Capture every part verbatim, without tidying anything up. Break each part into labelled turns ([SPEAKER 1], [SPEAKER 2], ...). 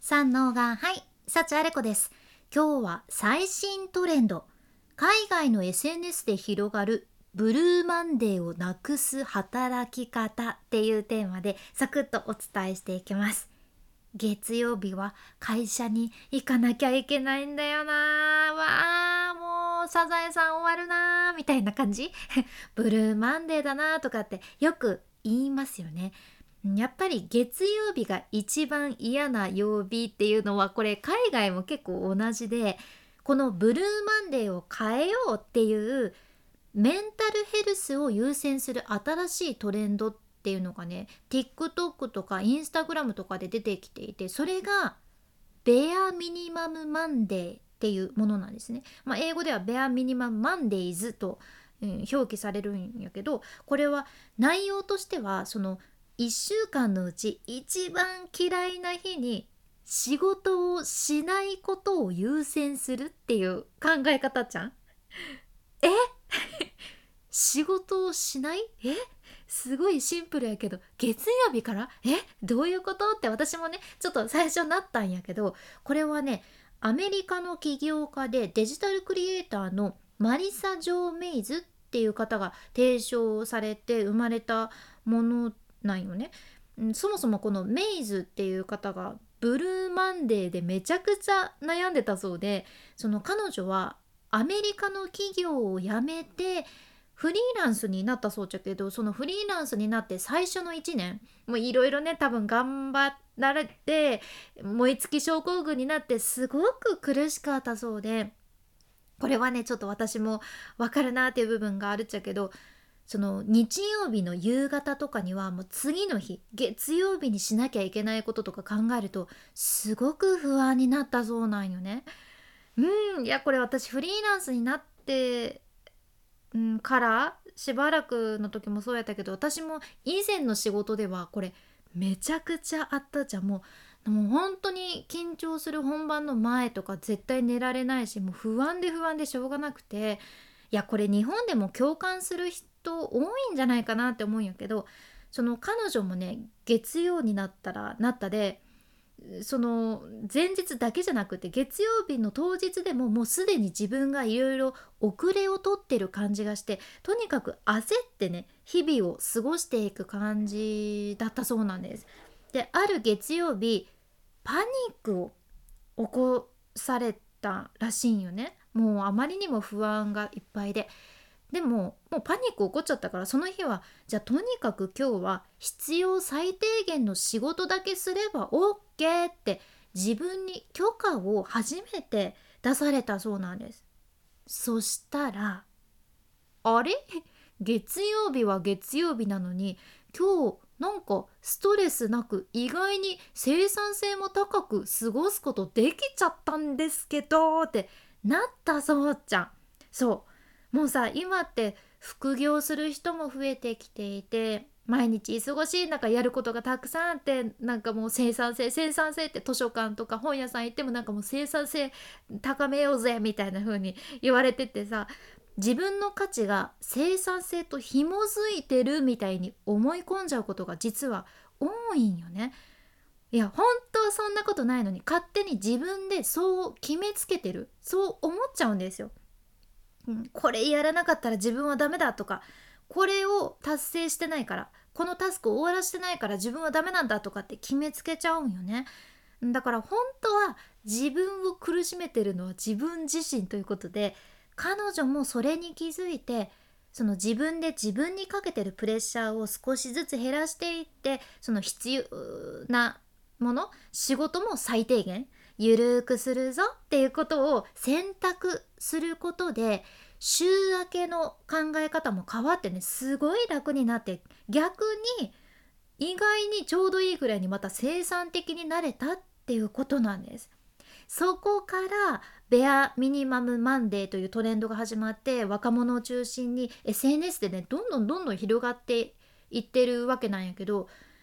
[SPEAKER 1] 三能がはい、幸あれ子です。今日は最新トレンド、海外の エスエヌエス で広がるブルーマンデーをなくす働き方っていうテーマでサクッとお伝えしていきます。月曜日は会社に行かなきゃいけないんだよな。わあ、もうサザエさん終わるなみたいな感じブルーマンデーだなとかってよく言いますよね。やっぱり月曜日が一番嫌な曜日っていうのはこれ海外も結構同じで、このブルーマンデーを変えようっていうメンタルヘルスを優先する新しいトレンドっていうのがね TikTok とか Instagram とかで出てきていて、それがベアミニマムマンデーっていうものなんですね。まあ、英語ではベアミニマムマンデーズと、うん、表記されるんやけど、これは内容としてはそのいっしゅうかんのうち一番嫌いな日に仕事をしないことを優先するっていう考え方じゃん。え仕事をしないえすごいシンプルやけど月曜日からえどういうことって私もねちょっと最初なったんやけど、これはねアメリカの起業家でデジタルクリエイターのマリサ・ジョー・メイズっていう方が提唱されて生まれたものなんよね。うん、そもそもこのメイズっていう方がブルーマンデーでめちゃくちゃ悩んでたそうで、その彼女はアメリカの企業を辞めてフリーランスになったそうじゃけど、そのフリーランスになって最初のいちねんもういろいろね多分頑張られて燃え尽き症候群になってすごく苦しかったそうで、これはねちょっと私もわかるなっていう部分があるっちゃけど、その日曜日の夕方とかにはもう次の日月曜日にしなきゃいけないこととか考えるとすごく不安になったそうなんよね。うん、いやこれ私フリーランスになってうん、からしばらくの時もそうやったけど、私も以前の仕事ではこれめちゃくちゃあったじゃん。もうもう本当に緊張する本番の前とか絶対寝られないし、もう不安で不安でしょうがなくて、いやこれ日本でも共感する人多いんじゃないかなって思うんやけど、その彼女もね月曜になったらなったで、その前日だけじゃなくて月曜日の当日でももうすでに自分がいろいろ遅れをとってる感じがして、とにかく焦ってね日々を過ごしていく感じだったそうなんです。である月曜日パニックを起こされたらしいんよね。もうあまりにも不安がいっぱいで、でももうパニック起こっちゃったから、その日はじゃあとにかく今日は必要最低限の仕事だけすれば OK って自分に許可を初めて出されたそうなんです。そしたらあれ月曜日は月曜日なのに今日なんかストレスなく意外に生産性も高く過ごすことできちゃったんですけどってなったそうじゃん。そうもうさ今って副業する人も増えてきていて、毎日忙しい中やることがたくさんあって、なんかもう生産性生産性って図書館とか本屋さん行ってもなんかもう生産性高めようぜみたいな風に言われててさ、自分の価値が生産性と紐づいてるみたいに思い込んじゃうことが実は多いんよね。いや本当はそんなことないのに勝手に自分でそう決めつけてる、そう思っちゃうんですよ。うん、これやらなかったら自分はダメだとか、これを達成してないからこのタスクを終わらしてないから自分はダメなんだとかって決めつけちゃうんよね。だから本当は自分を苦しめてるのは自分自身ということで、彼女もそれに気づいてその自分で自分にかけてるプレッシャーを少しずつ減らしていって、その必要なもの仕事も最低限ゆるーくするぞっていうことを選択することで、週明けの考え方も変わってねすごい楽になって、逆に意外にちょうどいいぐらいにまた生産的になれたっていうことなんです。そこからベアミニマムマンデーというトレンドが始まって、若者を中心に エスエヌエス でねどんどんどんどん広がっていってるわけなんやけど、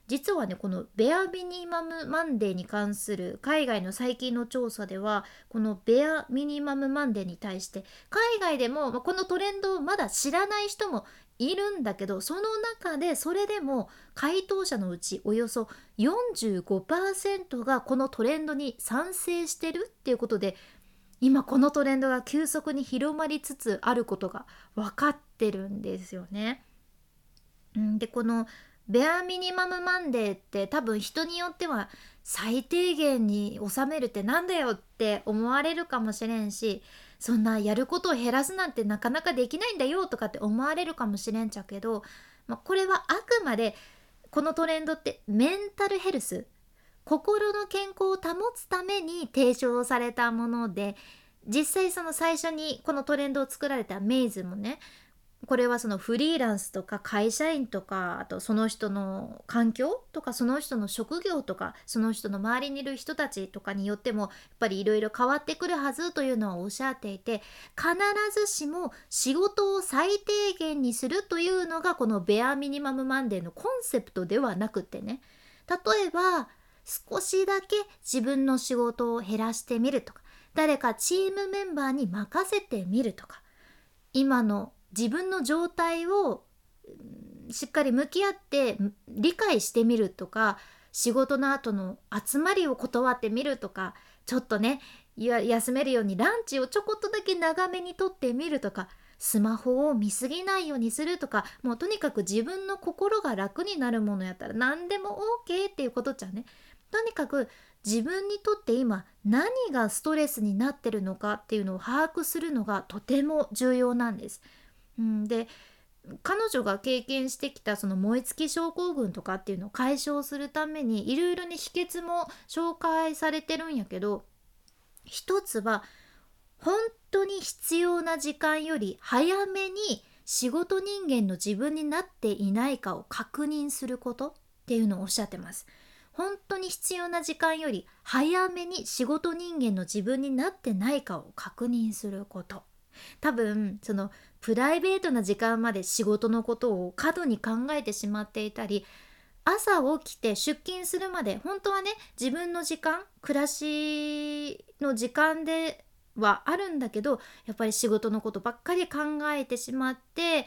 [SPEAKER 1] 実はねこのベアミニマムマンデーに関する海外の最近の調査では、このベアミニマムマンデーに対して海外でもまあこのトレンドをまだ知らない人もいるんだけど、その中でそれでも回答者のうちおよそ よんじゅうごパーセント がこのトレンドに賛成してるっていうことで、今このトレンドが急速に広まりつつあることが分かってるんですよね。うん、でこのベアミニマムマンデーって多分人によっては最低限に収めるってなんだよって思われるかもしれんし、そんなやることを減らすなんてなかなかできないんだよとかって思われるかもしれんちゃうけど、まあ、これはあくまでこのトレンドってメンタルヘルス、心の健康を保つために提唱されたもので、実際その最初にこのトレンドを作られたメイズもね、これはそのフリーランスとか会社員とか、あとその人の環境とかその人の職業とかその人の周りにいる人たちとかによってもやっぱりいろいろ変わってくるはずというのをおっしゃっていて、必ずしも仕事を最低限にするというのがこのベアミニマムマンデーのコンセプトではなくってね、例えば少しだけ自分の仕事を減らしてみるとか、誰かチームメンバーに任せてみるとか、今の自分の状態をしっかり向き合って理解してみるとか、仕事の後の集まりを断ってみるとか、ちょっとねや休めるようにランチをちょこっとだけ長めにとってみるとか、スマホを見過ぎないようにするとか、もうとにかく自分の心が楽になるものやったら何でも OK っていうことじゃね。とにかく自分にとって今何がストレスになってるのかっていうのを把握するのがとても重要なんです。うん、で彼女が経験してきたその燃え尽き症候群とかっていうのを解消するためにいろいろね秘訣も紹介されてるんやけど、一つは本当に必要な時間より早めに仕事人間の自分になっていないかを確認することっていうのをおっしゃってます。本当に必要な時間より早めに仕事人間の自分になってないかを確認すること。多分そのプライベートな時間まで仕事のことを過度に考えてしまっていたり、朝起きて出勤するまで本当はね自分の時間、暮らしの時間ではあるんだけど、やっぱり仕事のことばっかり考えてしまって、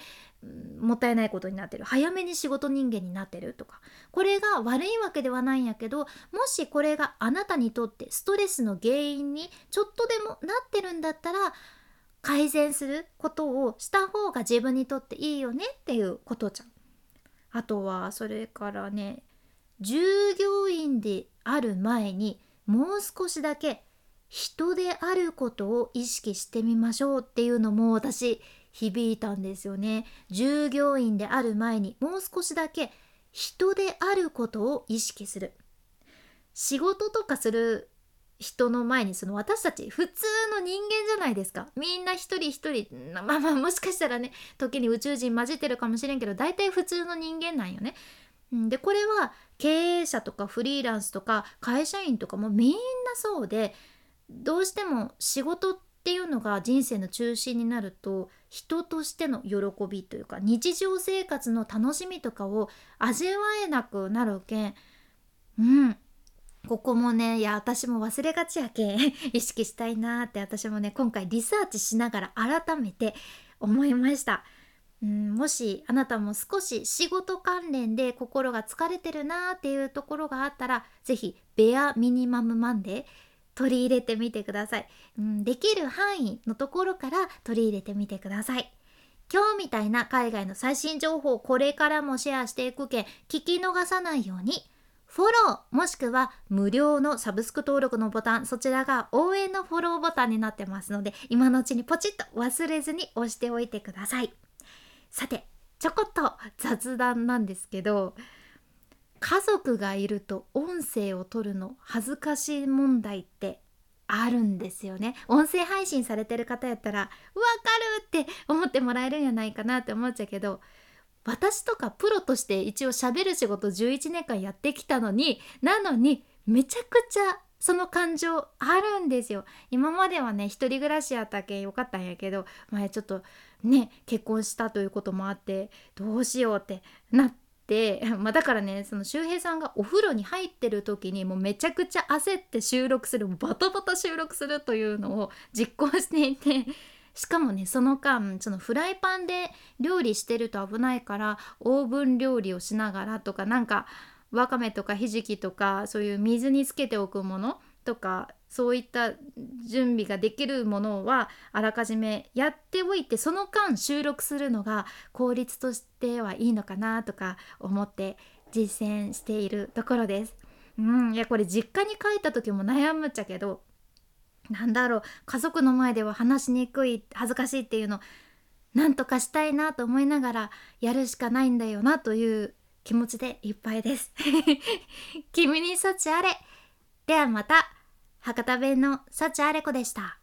[SPEAKER 1] うんもったいないことになってる、早めに仕事人間になってるとか、これが悪いわけではないんやけど、もしこれがあなたにとってストレスの原因にちょっとでもなってるんだったら、改善することをした方が自分にとっていいよねっていうことじゃん。あとはそれからね、従業員である前にもう少しだけ人であることを意識してみましょうっていうのも私響いたんですよね。従業員である前にもう少しだけ人であることを意識する。仕事とかする人の前にその私たち普通の人間じゃないですか。みんな一人一人、まあまあもしかしたらね時に宇宙人混じってるかもしれんけど、大体普通の人間なんよね。でこれは経営者とかフリーランスとか会社員とかもみんなそうで、どうしても仕事っていうのが人生の中心になると、人としての喜びというか日常生活の楽しみとかを味わえなくなるけん、うんここもね、いや私も忘れがちやけん意識したいなって私もね今回リサーチしながら改めて思いました。うん、もしあなたも少し仕事関連で心が疲れてるなっていうところがあったら、ぜひベアミニマムマンデー取り入れてみてください。うん、できる範囲のところから取り入れてみてください。今日みたいな海外の最新情報をこれからもシェアしていくけん、聞き逃さないようにフォローもしくは無料のサブスク登録のボタン、そちらが応援のフォローボタンになってますので、今のうちにポチッと忘れずに押しておいてください。さてちょこっと雑談なんですけど、家族がいると音声を取るの恥ずかしい問題ってあるんですよね。音声配信されてる方やったらわかるって思ってもらえるんじゃないかなって思っちゃうけど、私とかプロとして一応喋る仕事じゅういちねんかんやってきたのになのにめちゃくちゃその感情あるんですよ。今まではね一人暮らしやったけんよかったんやけど、前ちょっとね結婚したということもあってどうしようってなっで、まあ、だからねその周平さんがお風呂に入ってる時にもうめちゃくちゃ焦って収録する、バタバタ収録するというのを実行していて、しかもねその間そのフライパンで料理してると危ないからオーブン料理をしながらとか、なんかわかめとかひじきとかそういう水につけておくものとか、そういった準備ができるものはあらかじめやっておいて、その間収録するのが効率としてはいいのかなとか思って実践しているところです。うん、いやこれ実家に帰った時も悩むっちゃけど、なんだろう、家族の前では話しにくい、恥ずかしいっていうのなんとかしたいなと思いながらやるしかないんだよなという気持ちでいっぱいです君に幸あれ。ではまた。博多弁の幸あれ子でした。